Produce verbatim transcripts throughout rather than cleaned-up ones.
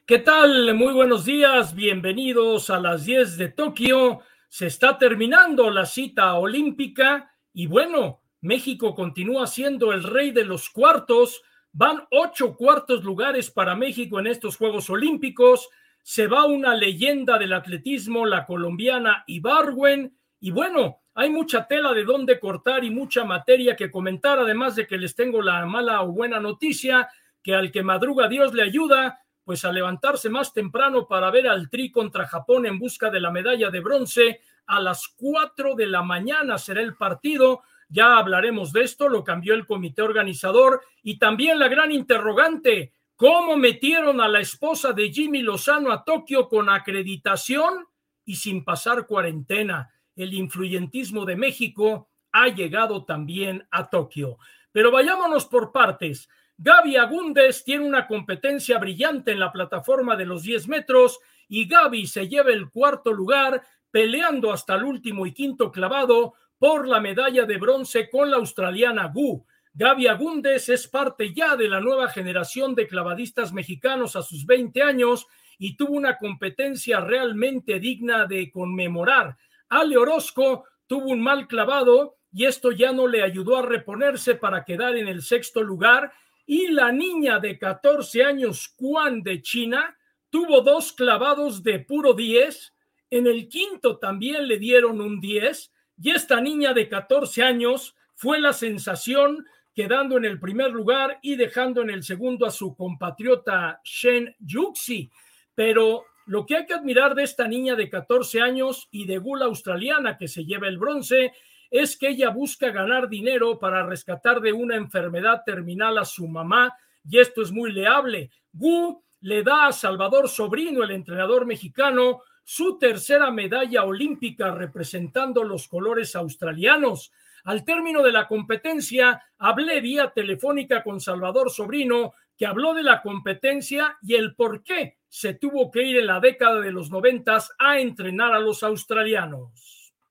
¿Qué tal? Muy buenos días, bienvenidos a las diez de Tokio. Se está terminando la cita olímpica y bueno, México continúa siendo el rey de los cuartos. Van ocho cuartos lugares para México en estos Juegos Olímpicos. Se va una leyenda del atletismo, la colombiana Ibargüen. Y bueno, hay mucha tela de dónde cortar y mucha materia que comentar, además de que les tengo la mala o buena noticia, que al que madruga Dios le ayuda, pues a levantarse más temprano para ver al Tri contra Japón en busca de la medalla de bronce. A las cuatro de la mañana será el partido. Ya hablaremos de esto, lo cambió el comité organizador. Y también la gran interrogante, ¿cómo metieron a la esposa de Jimmy Lozano a Tokio con acreditación y sin pasar cuarentena? El influyentismo de México ha llegado también a Tokio. Pero vayámonos por partes. Gaby Agúndez tiene una competencia brillante en la plataforma de los diez metros y Gaby se lleva el cuarto lugar peleando hasta el último y quinto clavado por la medalla de bronce con la australiana Gu. Gaby Agúndez es parte ya de la nueva generación de clavadistas mexicanos a sus veinte años y tuvo una competencia realmente digna de conmemorar. Ale Orozco tuvo un mal clavado y esto ya no le ayudó a reponerse para quedar en el sexto lugar. Y la niña de catorce años, Quan de China, tuvo dos clavados de puro diez. En el quinto también le dieron un diez. Y esta niña de catorce años fue la sensación, quedando en el primer lugar y dejando en el segundo a su compatriota Shen Yuxi. Pero lo que hay que admirar de esta niña de catorce años y de Gu, la australiana, que se lleva el bronce, es que ella busca ganar dinero para rescatar de una enfermedad terminal a su mamá, y esto es muy leable. Gu le da a Salvador Sobrino, el entrenador mexicano, su tercera medalla olímpica representando los colores australianos. Al término de la competencia, hablé vía telefónica con Salvador Sobrino, que habló de la competencia y el por qué se tuvo que ir en la década de los noventas a entrenar a los australianos.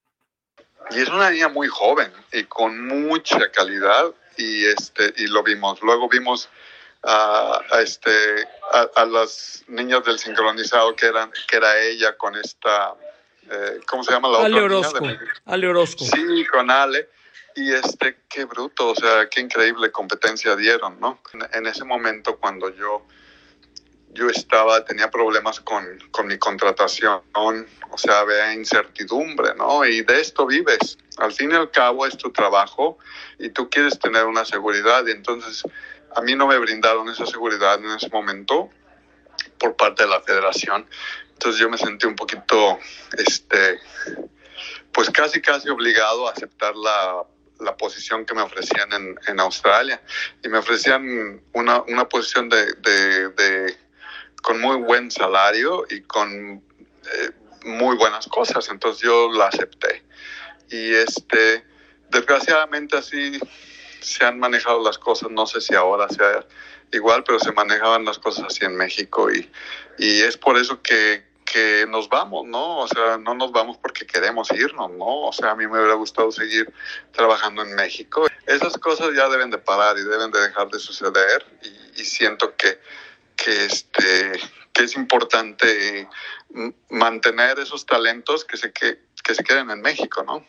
Y es una niña muy joven y con mucha calidad y este y lo vimos. Luego vimos a, a este a, a las niñas del sincronizado que eran que era ella con esta eh, ¿cómo se llama la Ale otra Orozco, niña? De... Ale Orozco. Sí, con Ale. Y este qué bruto, o sea, qué increíble competencia dieron, ¿no? En, en ese momento cuando yo yo estaba, tenía problemas con, con mi contratación, o sea, había incertidumbre, ¿no? Y de esto vives. Al fin y al cabo es tu trabajo y tú quieres tener una seguridad y entonces a mí no me brindaron esa seguridad en ese momento por parte de la federación. Entonces yo me sentí un poquito, este, pues casi casi obligado a aceptar la, la posición que me ofrecían en, en Australia. Y me ofrecían una, una posición de... de, de con muy buen salario y con eh, muy buenas cosas, entonces yo la acepté. Y este, desgraciadamente así se han manejado las cosas, no sé si ahora sea igual, pero se manejaban las cosas así en México y, y es por eso que, que nos vamos, ¿no? O sea, no nos vamos porque queremos irnos, ¿no? O sea, a mí me hubiera gustado seguir trabajando en México. Esas cosas ya deben de parar y deben de dejar de suceder y, y siento que que este que es importante mantener esos talentos que se que, que se queden en México, ¿no?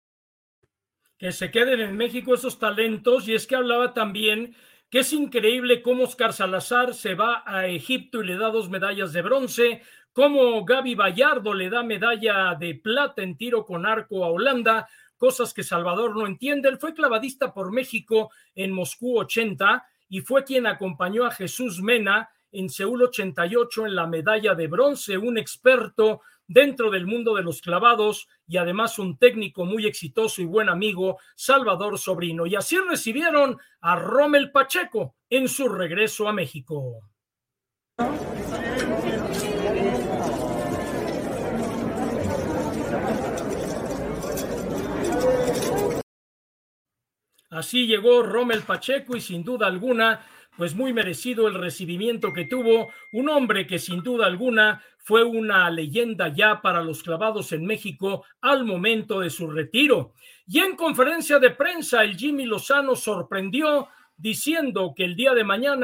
Que se queden en México esos talentos, y es que hablaba también que es increíble cómo Oscar Salazar se va a Egipto y le da dos medallas de bronce, cómo Gaby Vallardo le da medalla de plata en tiro con arco a Holanda, cosas que Salvador no entiende. Él fue clavadista por México en Moscú ochenta y fue quien acompañó a Jesús Mena en Seúl ochenta y ocho en la medalla de bronce, un experto dentro del mundo de los clavados y además un técnico muy exitoso y buen amigo, Salvador Sobrino. Y así recibieron a Rommel Pacheco en su regreso a México. Así llegó Rommel Pacheco y sin duda alguna, pues muy merecido el recibimiento que tuvo, un hombre que sin duda alguna fue una leyenda ya para los clavados en México al momento de su retiro. Y en conferencia de prensa el Jimmy Lozano sorprendió diciendo que el día de mañana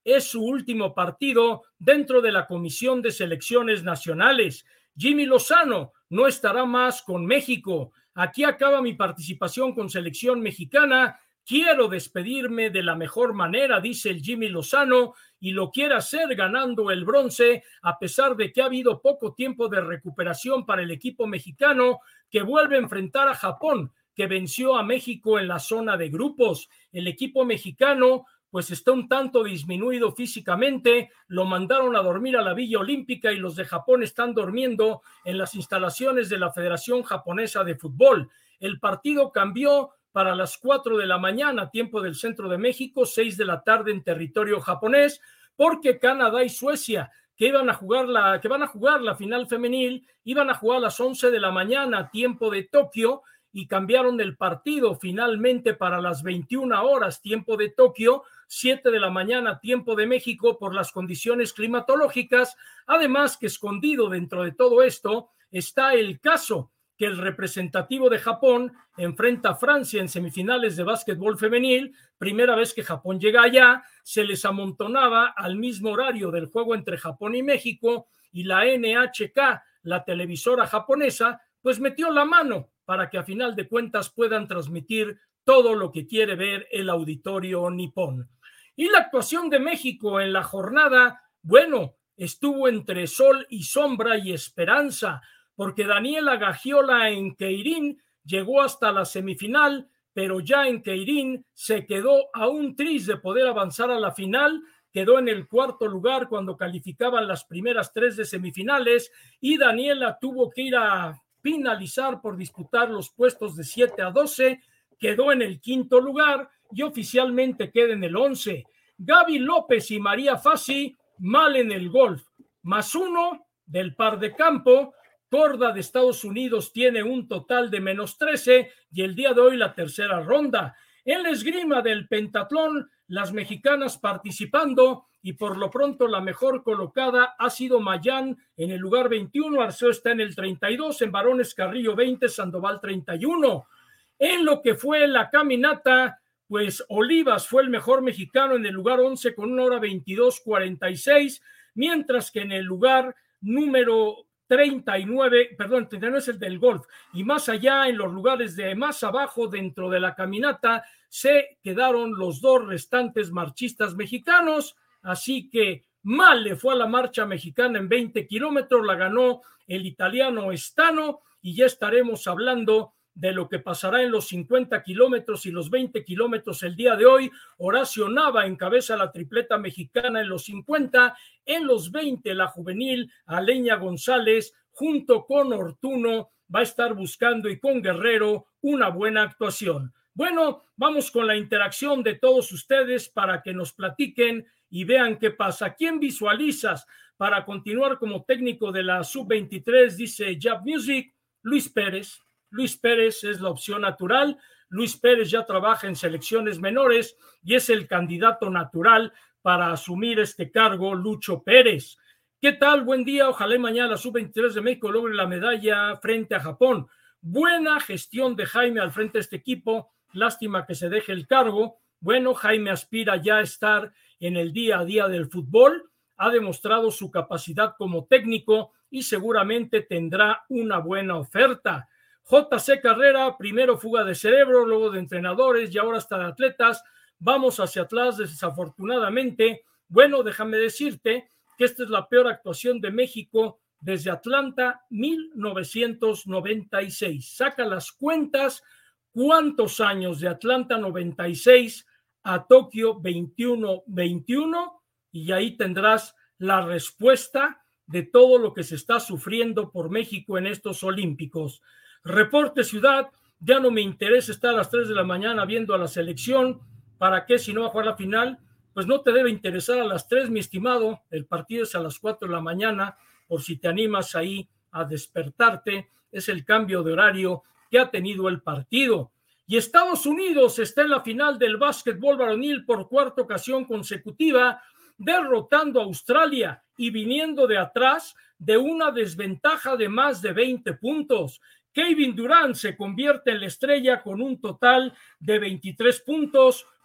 es su último partido dentro de la Comisión de Selecciones Nacionales. Jimmy Lozano no estará más con México. Aquí acaba mi participación con selección mexicana. Quiero despedirme de la mejor manera, dice el Jimmy Lozano, y lo quiere hacer ganando el bronce, a pesar de que ha habido poco tiempo de recuperación para el equipo mexicano, que vuelve a enfrentar a Japón, que venció a México en la zona de grupos. El equipo mexicano pues está un tanto disminuido físicamente, lo mandaron a dormir a la Villa Olímpica y los de Japón están durmiendo en las instalaciones de la Federación Japonesa de Fútbol. El partido cambió para las cuatro de la mañana, tiempo del centro de México, seis de la tarde en territorio japonés, porque Canadá y Suecia, que iban a jugar la, que van a jugar la final femenil, iban a jugar a las once de la mañana, tiempo de Tokio, y cambiaron el partido finalmente para las veintiuna horas, tiempo de Tokio, siete de la mañana, tiempo de México, por las condiciones climatológicas. Además, que escondido dentro de todo esto está el caso que el representativo de Japón enfrenta a Francia en semifinales de básquetbol femenil. Primera vez que Japón llega allá, se les amontonaba al mismo horario del juego entre Japón y México, y la N H K, la televisora japonesa, pues metió la mano para que a final de cuentas puedan transmitir todo lo que quiere ver el auditorio nipón. Y la actuación de México en la jornada, bueno, estuvo entre sol y sombra y esperanza, porque Daniela Gagiola en Keirin llegó hasta la semifinal, pero ya en Keirin se quedó a un tris de poder avanzar a la final. Quedó en el cuarto lugar cuando calificaban las primeras tres de semifinales, y Daniela tuvo que ir a finalizar por disputar los puestos de siete a doce, quedó en el quinto lugar y oficialmente queda en el once. Gaby López y María Fassi mal en el golf, más uno del par de campo. Korda de Estados Unidos tiene un total de menos trece y el día de hoy la tercera ronda. En la esgrima del pentatlón, las mexicanas participando, y por lo pronto la mejor colocada ha sido Mayán en el lugar veintiuno, Arceo está en el treinta y dos, en varones Carrillo veinte, Sandoval treinta y uno. En lo que fue la caminata, pues Olivas fue el mejor mexicano en el lugar once con una hora veintidós cuarenta y seis, mientras que en el lugar número treinta y nueve, perdón, treinta y nueve es el del golf, y más allá, en los lugares de más abajo dentro de la caminata, se quedaron los dos restantes marchistas mexicanos. Así que mal le fue a la marcha mexicana en veinte kilómetros, la ganó el italiano Stano, y ya estaremos hablando de lo que pasará en los cincuenta kilómetros y los veinte kilómetros el día de hoy. Horacio Nava encabeza la tripleta mexicana en los cincuenta, en los veinte la juvenil Aleña González junto con Ortuno va a estar buscando, y con Guerrero, una buena actuación. Bueno, vamos con la interacción de todos ustedes para que nos platiquen y vean qué pasa. ¿Quién visualizas para continuar como técnico de la sub veintitrés? Dice Jab Music. Luis Pérez. Luis Pérez es la opción natural. Luis Pérez ya trabaja en selecciones menores y es el candidato natural para asumir este cargo, Lucho Pérez. ¿Qué tal? Buen día. Ojalá mañana la sub veintitrés de México logre la medalla frente a Japón. Buena gestión de Jaime al frente de este equipo. Lástima que se deje el cargo. Bueno, Jaime aspira ya a estar en el día a día del fútbol. Ha demostrado su capacidad como técnico y seguramente tendrá una buena oferta. J C Carrera, primero fuga de cerebro, luego de entrenadores y ahora hasta de atletas. Vamos hacia atrás, desafortunadamente. Bueno, déjame decirte que esta es la peor actuación de México desde Atlanta mil novecientos noventa y seis. Saca las cuentas, ¿cuántos años de Atlanta noventa y seis a Tokio veintiuno veintiuno? Y ahí tendrás la respuesta de todo lo que se está sufriendo por México en estos Olímpicos. Reporte Ciudad, ya no me interesa estar a las tres de la mañana viendo a la selección. ¿Para qué si no va a jugar la final? Pues no te debe interesar a las tres, mi estimado. El partido es a las cuatro de la mañana, por si te animas ahí a despertarte. Es el cambio de horario que ha tenido el partido. Y Estados Unidos está en la final del básquetbol varonil por cuarta ocasión consecutiva, derrotando a Australia y viniendo de atrás de una desventaja de más de veinte puntos. Kevin Durant se convierte en la estrella con un total de veintitrés puntos,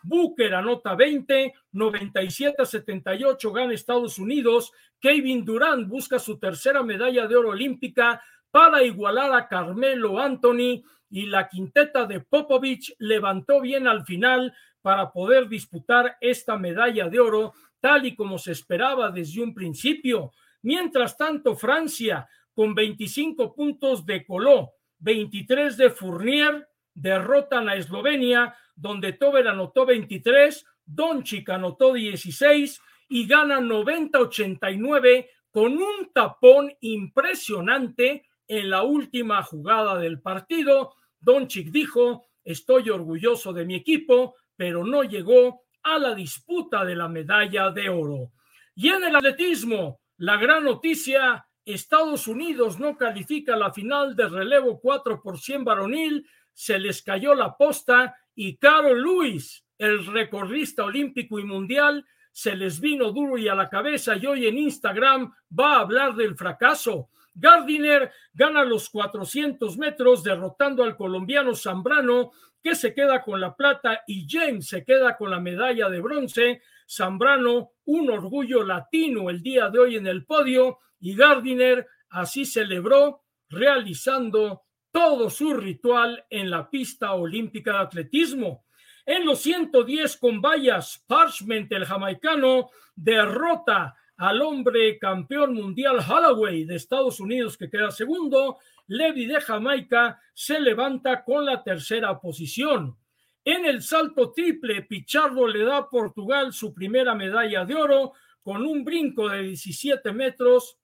Booker anota veinte, noventa y siete a setenta y ocho gana Estados Unidos. Kevin Durant busca su tercera medalla de oro olímpica para igualar a Carmelo Anthony, y la quinteta de Popovich levantó bien al final para poder disputar esta medalla de oro, tal y como se esperaba desde un principio. Mientras tanto, Francia, con veinticinco puntos de Coló, veintitrés de Fournier, derrotan a Eslovenia, donde Tober anotó veintitrés, Doncic anotó dieciséis y gana noventa a ochenta y nueve con un tapón impresionante en la última jugada del partido. Doncic dijo: estoy orgulloso de mi equipo, pero no llegó a la disputa de la medalla de oro. Y en el atletismo, la gran noticia: Estados Unidos no califica a la final de relevo cuatro por cien varonil, se les cayó la posta, y Carol Lewis, el recordista olímpico y mundial, se les vino duro y a la cabeza, y hoy en Instagram va a hablar del fracaso. Gardiner gana los cuatrocientos metros derrotando al colombiano Zambrano, que se queda con la plata, y James se queda con la medalla de bronce. Zambrano, un orgullo latino el día de hoy en el podio, y Gardiner así celebró realizando todo su ritual en la pista olímpica de atletismo. En los ciento diez con vallas, Parchment, el jamaicano, derrota al hombre campeón mundial Holloway de Estados Unidos, que queda segundo. Levy de Jamaica se levanta con la tercera posición. En el salto triple, Pichardo le da a Portugal su primera medalla de oro con un brinco de diecisiete metros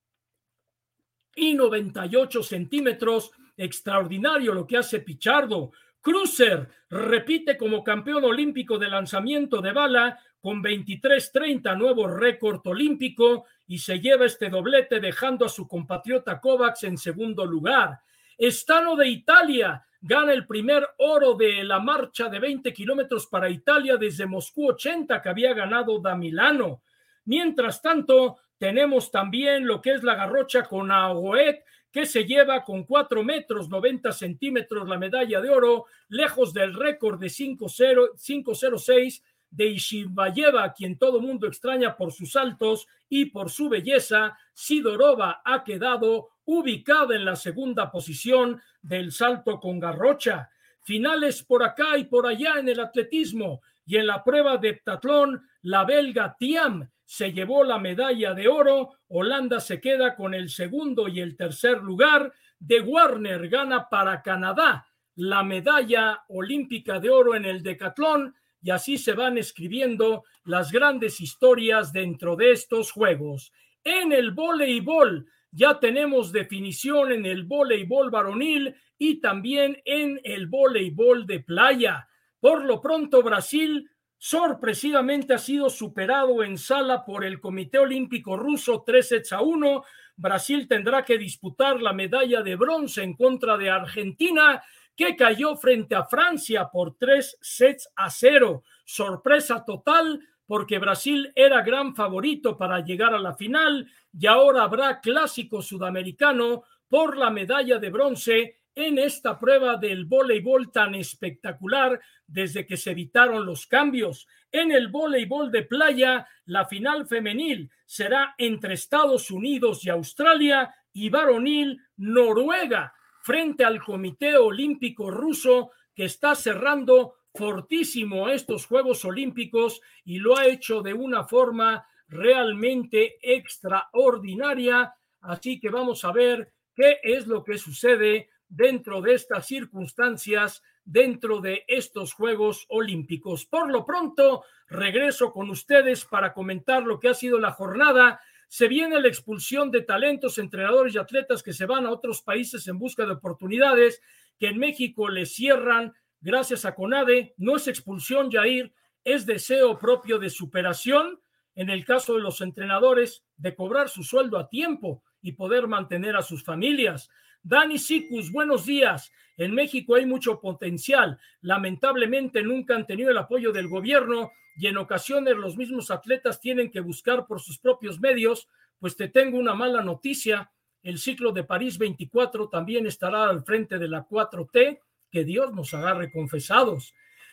y noventa y ocho centímetros. Extraordinario lo que hace Pichardo. Cruiser repite como campeón olímpico de lanzamiento de bala con veintitrés treinta, nuevo récord olímpico, y se lleva este doblete dejando a su compatriota Kovacs en segundo lugar. Stano de Italia gana el primer oro de la marcha de veinte kilómetros para Italia desde Moscú ochenta, que había ganado da Milano. Mientras tanto, tenemos también lo que es la garrocha con Agoet, que se lleva con cuatro metros noventa centímetros la medalla de oro, lejos del récord de cinco cero seis de Ishibayeva, quien todo mundo extraña por sus saltos y por su belleza. Sidorova ha quedado ubicada en la segunda posición del salto con garrocha. Finales por acá y por allá en el atletismo, y en la prueba de heptatlón, la belga Thiam se llevó la medalla de oro. Holanda se queda con el segundo y el tercer lugar. De Warner gana para Canadá la medalla olímpica de oro en el decatlón, y así se van escribiendo las grandes historias dentro de estos juegos. En el voleibol ya tenemos definición en el voleibol varonil y también en el voleibol de playa. Por lo pronto, Brasil sorpresivamente ha sido superado en sala por el Comité Olímpico Ruso tres sets a uno. Brasil tendrá que disputar la medalla de bronce en contra de Argentina, que cayó frente a Francia por tres sets a cero. Sorpresa total, porque Brasil era gran favorito para llegar a la final, y ahora habrá clásico sudamericano por la medalla de bronce en esta prueba del voleibol tan espectacular desde que se evitaron los cambios. En el voleibol de playa, la final femenil será entre Estados Unidos y Australia, y varonil Noruega frente al Comité Olímpico Ruso, que está cerrando fortísimo estos Juegos Olímpicos y lo ha hecho de una forma realmente extraordinaria. Así que vamos a ver qué es lo que sucede dentro de estas circunstancias, dentro de estos Juegos Olímpicos. Por lo pronto, regreso con ustedes para comentar lo que ha sido la jornada. Se viene la expulsión de talentos, entrenadores y atletas que se van a otros países en busca de oportunidades, que en México les cierran gracias a CONADE. No es expulsión, Jair, es deseo propio de superación, en el caso de los entrenadores, de cobrar su sueldo a tiempo y poder mantener a sus familias. Dani Sicus, buenos días. En México hay mucho potencial. Lamentablemente nunca han tenido el apoyo del gobierno, y en ocasiones los mismos atletas tienen que buscar por sus propios medios. Pues te tengo una mala noticia: el ciclo de París veinticuatro también estará al frente de la cuatro T. Que Dios nos agarre confesados.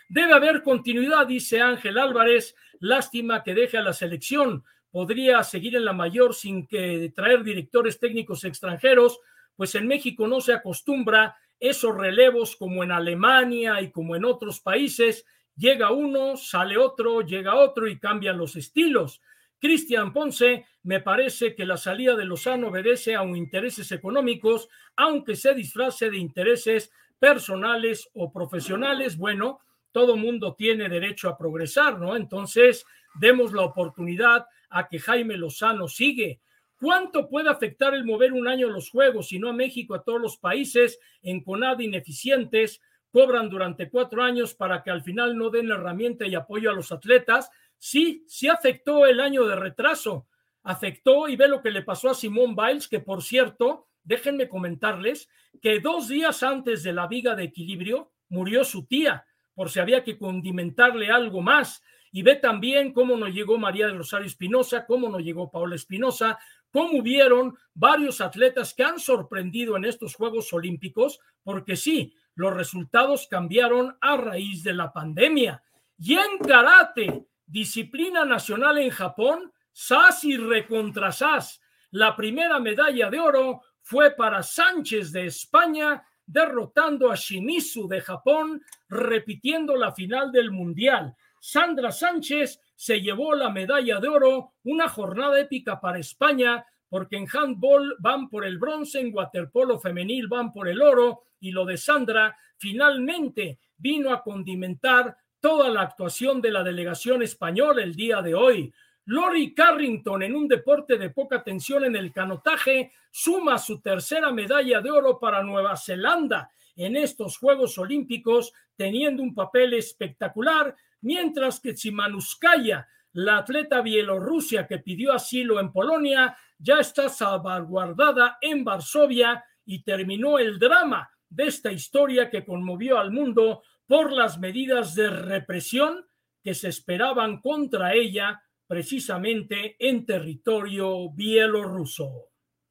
Debe haber continuidad, dice Ángel Álvarez. Lástima que deje a la selección. Podría seguir en la mayor sin que traer directores técnicos extranjeros, pues en México no se acostumbra esos relevos como en Alemania y como en otros países. Llega uno, sale otro, llega otro y cambian los estilos. Cristian Ponce, me parece que la salida de Lozano obedece a intereses económicos, aunque se disfrace de intereses personales o profesionales. Bueno, todo mundo tiene derecho a progresar, ¿no? Entonces, demos la oportunidad a que Jaime Lozano sigue. ¿Cuánto puede afectar el mover un año los juegos, si no a México, a todos los países en CONADE ineficientes? Cobran durante cuatro años para que al final no den la herramienta y apoyo a los atletas. Sí, sí afectó el año de retraso, afectó, y ve lo que le pasó a Simone Biles, que por cierto, déjenme comentarles que dos días antes de la viga de equilibrio murió su tía, por si había que condimentarle algo más. Y ve también cómo no llegó María del Rosario Espinosa, cómo no llegó Paola Espinosa, cómo hubieron varios atletas que han sorprendido en estos Juegos Olímpicos, porque sí, los resultados cambiaron a raíz de la pandemia. Y en karate, disciplina nacional en Japón, sas y recontrasas. La primera medalla de oro fue para Sánchez de España, derrotando a Shimizu de Japón, repitiendo la final del Mundial. Sandra Sánchez se llevó la medalla de oro, una jornada épica para España, porque en handball van por el bronce, en waterpolo femenil van por el oro, y lo de Sandra finalmente vino a condimentar toda la actuación de la delegación española el día de hoy. Lori Carrington, en un deporte de poca tensión en el canotaje, suma su tercera medalla de oro para Nueva Zelanda en estos Juegos Olímpicos, teniendo un papel espectacular, mientras que Tsimanouskaya, la atleta bielorrusia que pidió asilo en Polonia, ya está salvaguardada en Varsovia y terminó el drama de esta historia que conmovió al mundo por las medidas de represión que se esperaban contra ella precisamente en territorio bielorruso.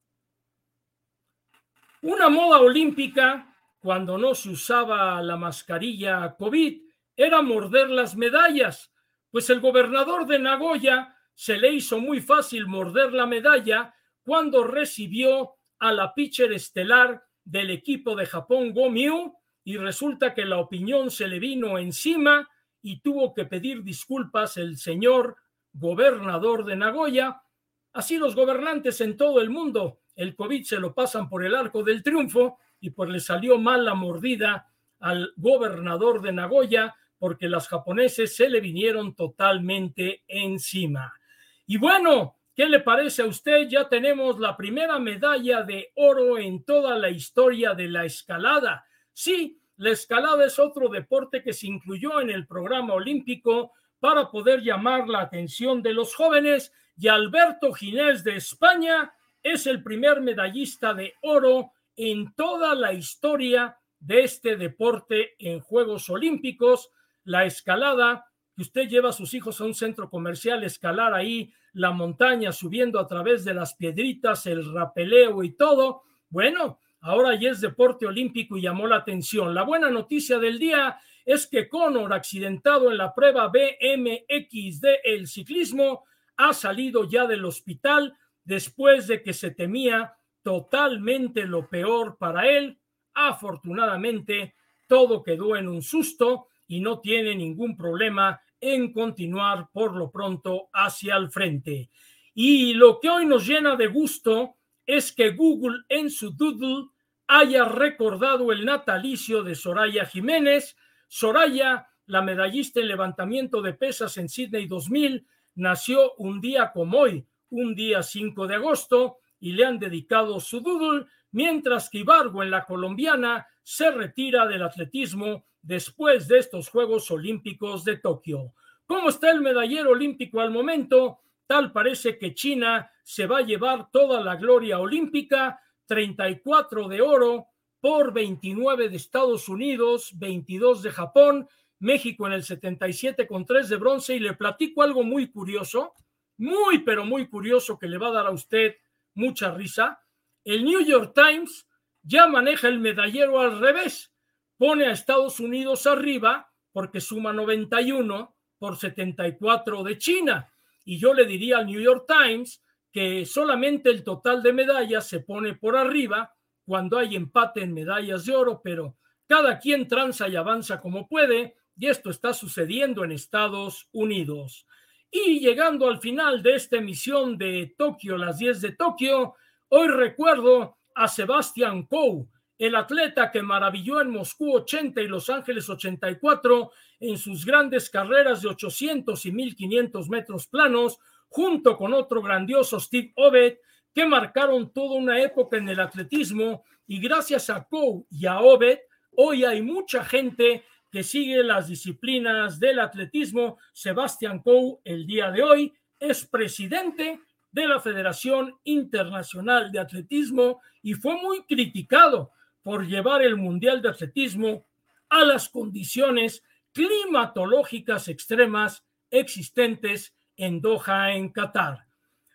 Una moda olímpica, cuando no se usaba la mascarilla COVID, era morder las medallas, pues el gobernador de Nagoya se le hizo muy fácil morder la medalla cuando recibió a la pitcher estelar del equipo de Japón, Go Myu, y resulta que la opinión se le vino encima y tuvo que pedir disculpas el señor gobernador de Nagoya. Así los gobernantes en todo el mundo, el COVID se lo pasan por el arco del triunfo, y pues le salió mal la mordida al gobernador de Nagoya, porque las japoneses se le vinieron totalmente encima. Y bueno, ¿qué le parece a usted? Ya tenemos la primera medalla de oro en toda la historia de la escalada. Sí, la escalada es otro deporte que se incluyó en el programa olímpico para poder llamar la atención de los jóvenes, y Alberto Ginés de España es el primer medallista de oro en toda la historia de este deporte en Juegos Olímpicos. La escalada, que usted lleva a sus hijos a un centro comercial, escalar ahí la montaña, subiendo a través de las piedritas, el rapeleo y todo, bueno, ahora ya es deporte olímpico y llamó la atención. La buena noticia del día es que Conor, accidentado en la prueba B M X del ciclismo, ha salido ya del hospital después de que se temía totalmente lo peor para él. Afortunadamente, todo quedó en un susto y no tiene ningún problema en continuar por lo pronto hacia el frente. Y lo que hoy nos llena de gusto es que Google en su Doodle haya recordado el natalicio de Soraya Jiménez. Soraya, la medallista en levantamiento de pesas en Sydney dos mil, nació un día como hoy, un día cinco de agosto, y le han dedicado su Doodle, mientras que Ibargüen, la colombiana, se retira del atletismo después de estos Juegos Olímpicos de Tokio. ¿Cómo está el medallero olímpico al momento? Tal parece que China se va a llevar toda la gloria olímpica, treinta y cuatro de oro por veintinueve de Estados Unidos, veintidós de Japón, México en el setenta y siete con tres de bronce. Y le platico algo muy curioso, muy pero muy curioso, que le va a dar a usted mucha risa. El New York Times ya maneja el medallero al revés, pone a Estados Unidos arriba porque suma noventa y uno por setenta y cuatro de China. Y yo le diría al New York Times que solamente el total de medallas se pone por arriba cuando hay empate en medallas de oro, pero cada quien tranza y avanza como puede, y esto está sucediendo en Estados Unidos. Y llegando al final de esta emisión de Tokio, las diez de Tokio, hoy recuerdo a Sebastian Coe, el atleta que maravilló en Moscú ochenta y Los Ángeles ochenta y cuatro en sus grandes carreras de ochocientos y mil quinientos metros planos, junto con otro grandioso Steve Ovett, que marcaron toda una época en el atletismo, y gracias a Coe y a Ovett, hoy hay mucha gente que sigue las disciplinas del atletismo. Sebastian Coe, el día de hoy, es presidente de la Federación Internacional de Atletismo y fue muy criticado por llevar el Mundial de Atletismo a las condiciones climatológicas extremas existentes en Doha, en Qatar.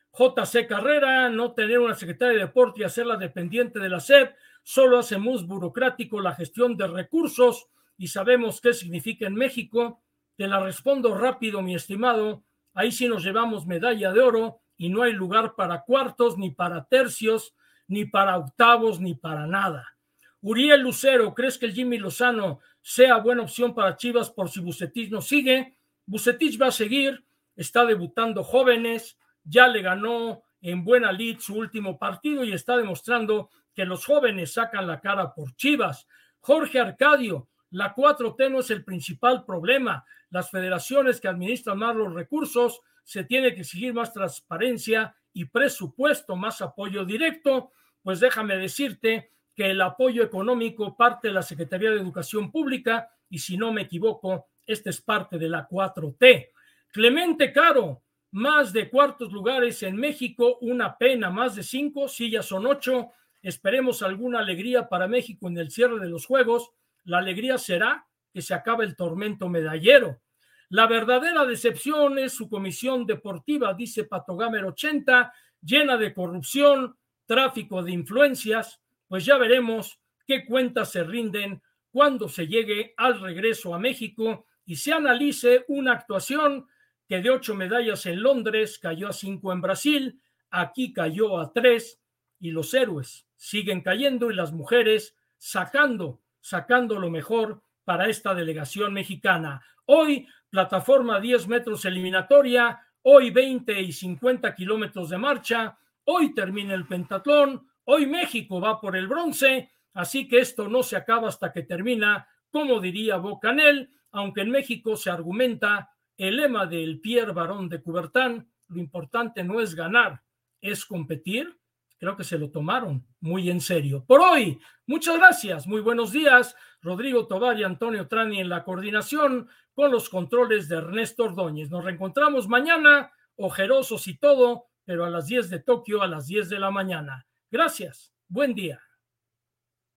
J C Carrera, no tener una secretaria de deporte y hacerla dependiente de la S E P solo hace más burocrático la gestión de recursos, y sabemos qué significa en México. Te la respondo rápido, mi estimado. Ahí sí nos llevamos medalla de oro y no hay lugar para cuartos, ni para tercios, ni para octavos, ni para nada. Uriel Lucero, ¿crees que el Jimmy Lozano sea buena opción para Chivas por si Vucetich no sigue? Vucetich va a seguir, está debutando jóvenes, ya le ganó en buena lid su último partido y está demostrando que los jóvenes sacan la cara por Chivas. Jorge Arcadio, la cuatro T no es el principal problema. Las federaciones que administran más los recursos, se tiene que exigir más transparencia y presupuesto, más apoyo directo. Pues déjame decirte que el apoyo económico parte de la Secretaría de Educación Pública y, si no me equivoco, este es parte de la cuatro T. Clemente Caro, más de cuartos lugares en México, una pena, más de cinco, sí, ya son ocho. Esperemos alguna alegría para México en el cierre de los Juegos. La alegría será que se acabe el tormento medallero. La verdadera decepción es su comisión deportiva, dice Patogamer ochenta, llena de corrupción, tráfico de influencias. Pues ya veremos qué cuentas se rinden cuando se llegue al regreso a México y se analice una actuación que de ocho medallas en Londres cayó a cinco en Brasil, aquí cayó a tres, y los héroes siguen cayendo y las mujeres sacando, sacando lo mejor para esta delegación mexicana. Hoy, plataforma diez metros eliminatoria, hoy veinte y cincuenta kilómetros de marcha, hoy termina el pentatlón, hoy México va por el bronce, así que esto no se acaba hasta que termina, como diría Bocanel, aunque en México se argumenta el lema del Pierre Barón de Coubertin, lo importante no es ganar, es competir. Creo que se lo tomaron muy en serio. Por hoy, muchas gracias, muy buenos días. Rodrigo Tobar y Antonio Trani en la coordinación, con los controles de Ernesto Ordóñez. Nos reencontramos mañana, ojerosos y todo, pero a las diez de Tokio, a las diez de la mañana. Gracias, buen día.